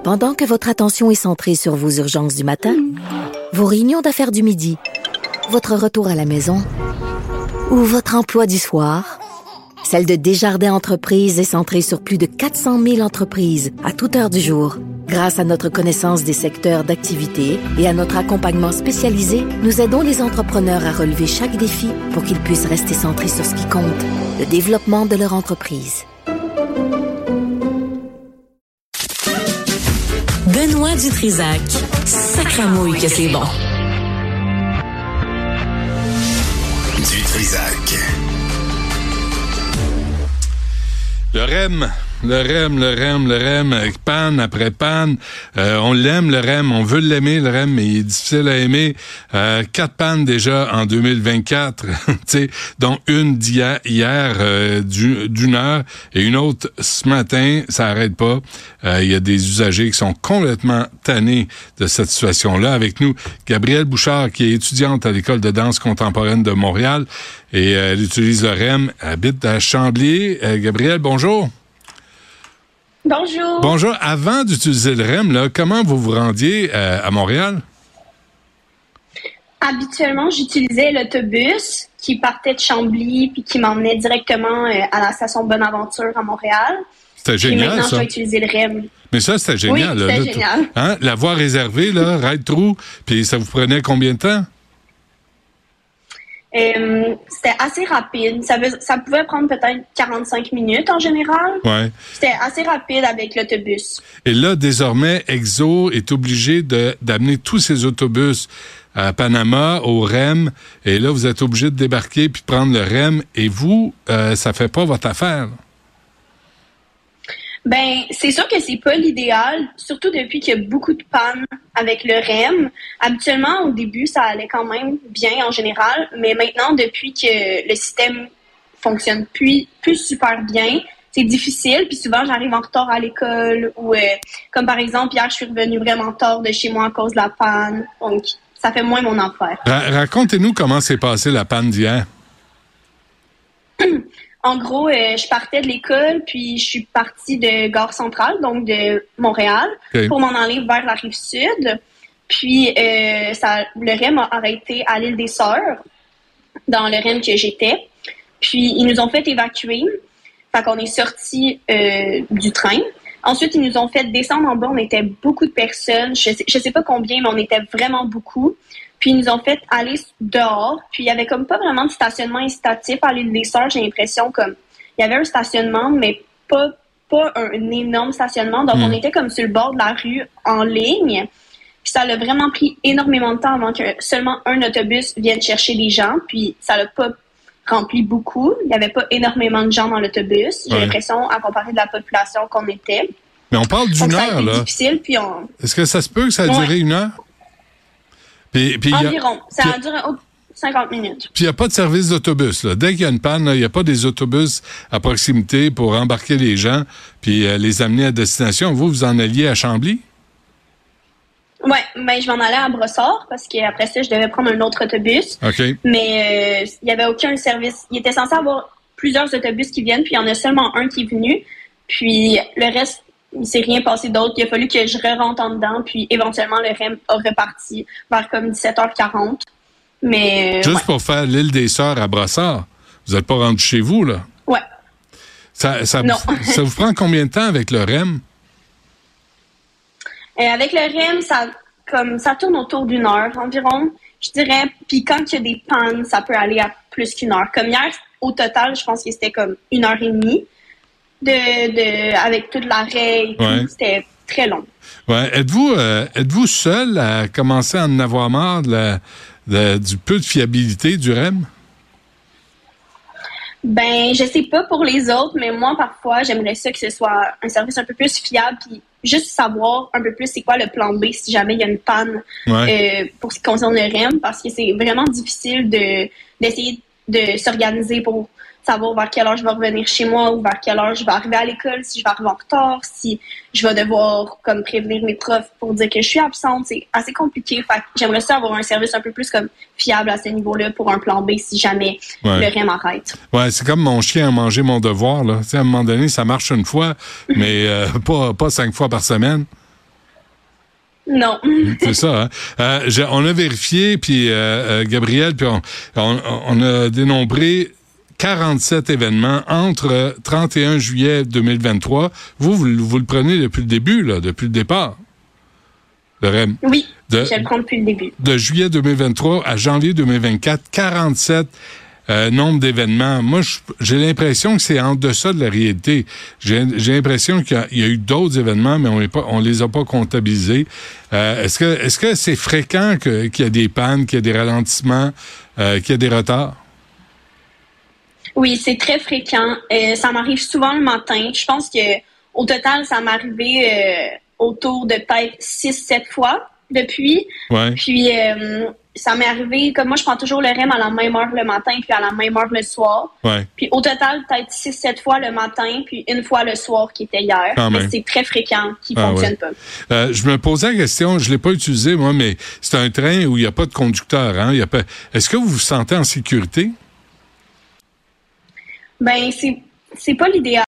Pendant que votre attention est centrée sur vos urgences du matin, vos réunions d'affaires du midi, votre retour à la maison ou votre emploi du soir, celle de Desjardins Entreprises est centrée sur plus de 400 000 entreprises à toute heure du jour. Grâce à notre connaissance des secteurs d'activité et à notre accompagnement spécialisé, nous aidons les entrepreneurs à relever chaque défi pour qu'ils puissent rester centrés sur ce qui compte, le développement de leur entreprise. Benoît Dutrisac. Sacramouille que c'est bon. Dutrisac. Le REM, panne après panne. On l'aime, le REM, on veut l'aimer, le REM, mais il est difficile à aimer. 4 pannes déjà en 2024, dont une d'hier, d'une heure, et une autre ce matin, ça arrête pas. Il y a des usagers qui sont complètement tannés de cette situation-là. Avec nous, Gabrielle Bouchard, qui est étudiante à l'École de danse contemporaine de Montréal, et elle utilise le REM, habite à Chambly. Gabrielle, bonjour. Bonjour. Bonjour. Avant d'utiliser le REM, là, comment vous vous rendiez à Montréal? Habituellement, j'utilisais l'autobus qui partait de Chambly puis qui m'emmenait directement à la station Bonaventure à Montréal. C'était génial, et maintenant, ça. je vais utiliser le REM. Mais ça, c'était génial. Oui, c'était génial. Hein? La voie réservée, là, ride-through, puis ça vous prenait combien de temps? C'était assez rapide. Ça pouvait prendre peut-être 45 minutes en général. Ouais. C'était assez rapide avec l'autobus. Et là, désormais, EXO est obligé d'amener tous ses autobus à Panama, au REM. Et là, vous êtes obligé de débarquer puis de prendre le REM. Et vous, ça fait pas votre affaire. Ben, c'est sûr que c'est pas l'idéal, surtout depuis qu'il y a beaucoup de pannes avec le REM. Habituellement, au début, ça allait quand même bien en général, mais maintenant, depuis que le système fonctionne plus super bien, c'est difficile. Puis souvent, j'arrive en retard à l'école ou, comme par exemple, hier, je suis revenue vraiment tard de chez moi à cause de la panne. Donc, ça fait moins mon affaire. Racontez-nous comment s'est passée la panne d'hier. En gros, je partais de l'école, puis je suis partie de Gare Centrale, donc de Montréal, pour m'en aller vers la Rive-Sud. Puis, le REM a arrêté à l'île des Sœurs, dans le REM que j'étais. Puis, ils nous ont fait évacuer. Fait qu'on est sortis du train. Ensuite, ils nous ont fait descendre en bas. On était beaucoup de personnes. Je sais pas combien, mais on était vraiment beaucoup. Puis, ils nous ont fait aller dehors. Puis, il y avait comme pas vraiment de stationnement incitatif à l'île des Sœurs. J'ai l'impression comme il y avait un stationnement, mais pas un énorme stationnement. Donc, on était comme sur le bord de la rue en ligne. Puis, ça a vraiment pris énormément de temps avant que seulement un autobus vienne chercher des gens. Puis, ça l'a pas rempli beaucoup. Il n'y avait pas énormément de gens dans l'autobus. J'ai l'impression, à comparer de la population qu'on était. Mais on parle d'une heure, là. Difficile, puis Est-ce que ça se peut que ça a duré une heure? Puis environ. Ça a duré 50 minutes. Puis il n'y a pas de service d'autobus, là. Dès qu'il y a une panne, il n'y a pas des autobus à proximité pour embarquer les gens puis les amener à destination. Vous en alliez à Chambly? Oui, ben je m'en allais à Brossard parce qu'après ça, je devais prendre un autre autobus. OK. Mais il n'y avait aucun service. Il était censé avoir plusieurs autobus qui viennent, puis il y en a seulement un qui est venu. Puis le reste, il ne s'est rien passé d'autre. Il a fallu que je rentre en dedans, puis éventuellement, le REM a reparti vers comme 17h40. Mais Juste pour faire l'île des Sœurs à Brossard, vous n'êtes pas rendu chez vous, là? Ouais. Non. Ça vous prend combien de temps avec le REM? Avec le REM, ça tourne autour d'une heure environ, je dirais. Puis quand il y a des pannes, ça peut aller à plus qu'une heure. Comme hier, au total, je pense que c'était comme 1h30 avec tout l'arrêt et tout. C'était très long. Ouais. Êtes-vous seul à commencer à en avoir marre du peu de fiabilité du REM? Ben, je sais pas pour les autres, mais moi, parfois, j'aimerais ça que ce soit un service un peu plus fiable, puis juste savoir un peu plus c'est quoi le plan B si jamais il y a une panne pour ce qui concerne le REM, parce que c'est vraiment difficile d'essayer de s'organiser pour savoir vers quelle heure je vais revenir chez moi ou vers quelle heure je vais arriver à l'école, si je vais arriver en retard, si je vais devoir comme prévenir mes profs pour dire que je suis absente. C'est assez compliqué. Fait que j'aimerais ça avoir un service un peu plus comme fiable à ce niveau-là pour un plan B si jamais le REM arrête. Ouais, c'est comme mon chien a mangé mon devoir, là. Tu sais, à un moment donné, ça marche une fois, mais pas 5 fois par semaine. Non. C'est ça. Hein? On a vérifié, puis Gabriel, puis on a dénombré 47 événements entre 31 juillet 2023. Vous le prenez depuis le début, là, depuis le départ. Le REM. Oui, je le prends depuis le début. De juillet 2023 à janvier 2024, 47 nombre d'événements. Moi, j'ai l'impression que c'est en deçà de la réalité. J'ai l'impression qu'il y a eu d'autres événements, mais on les a pas comptabilisés. Est-ce que c'est fréquent qu'il y a des pannes, qu'il y a des ralentissements, qu'il y a des retards? Oui, c'est très fréquent. Ça m'arrive souvent le matin. Je pense que au total, ça m'est arrivé autour de peut-être 6-7 fois depuis. Ouais. Puis ça m'est arrivé, comme moi, je prends toujours le REM à la même heure le matin puis à la même heure le soir. Ouais. Puis au total, peut-être 6-7 fois le matin puis une fois le soir qui était hier. Mais c'est très fréquent qu'il fonctionne pas. Je me posais la question, je l'ai pas utilisé moi, mais c'est un train où il n'y a pas de conducteur. Hein? Est-ce que vous vous sentez en sécurité? Ben, c'est pas l'idéal.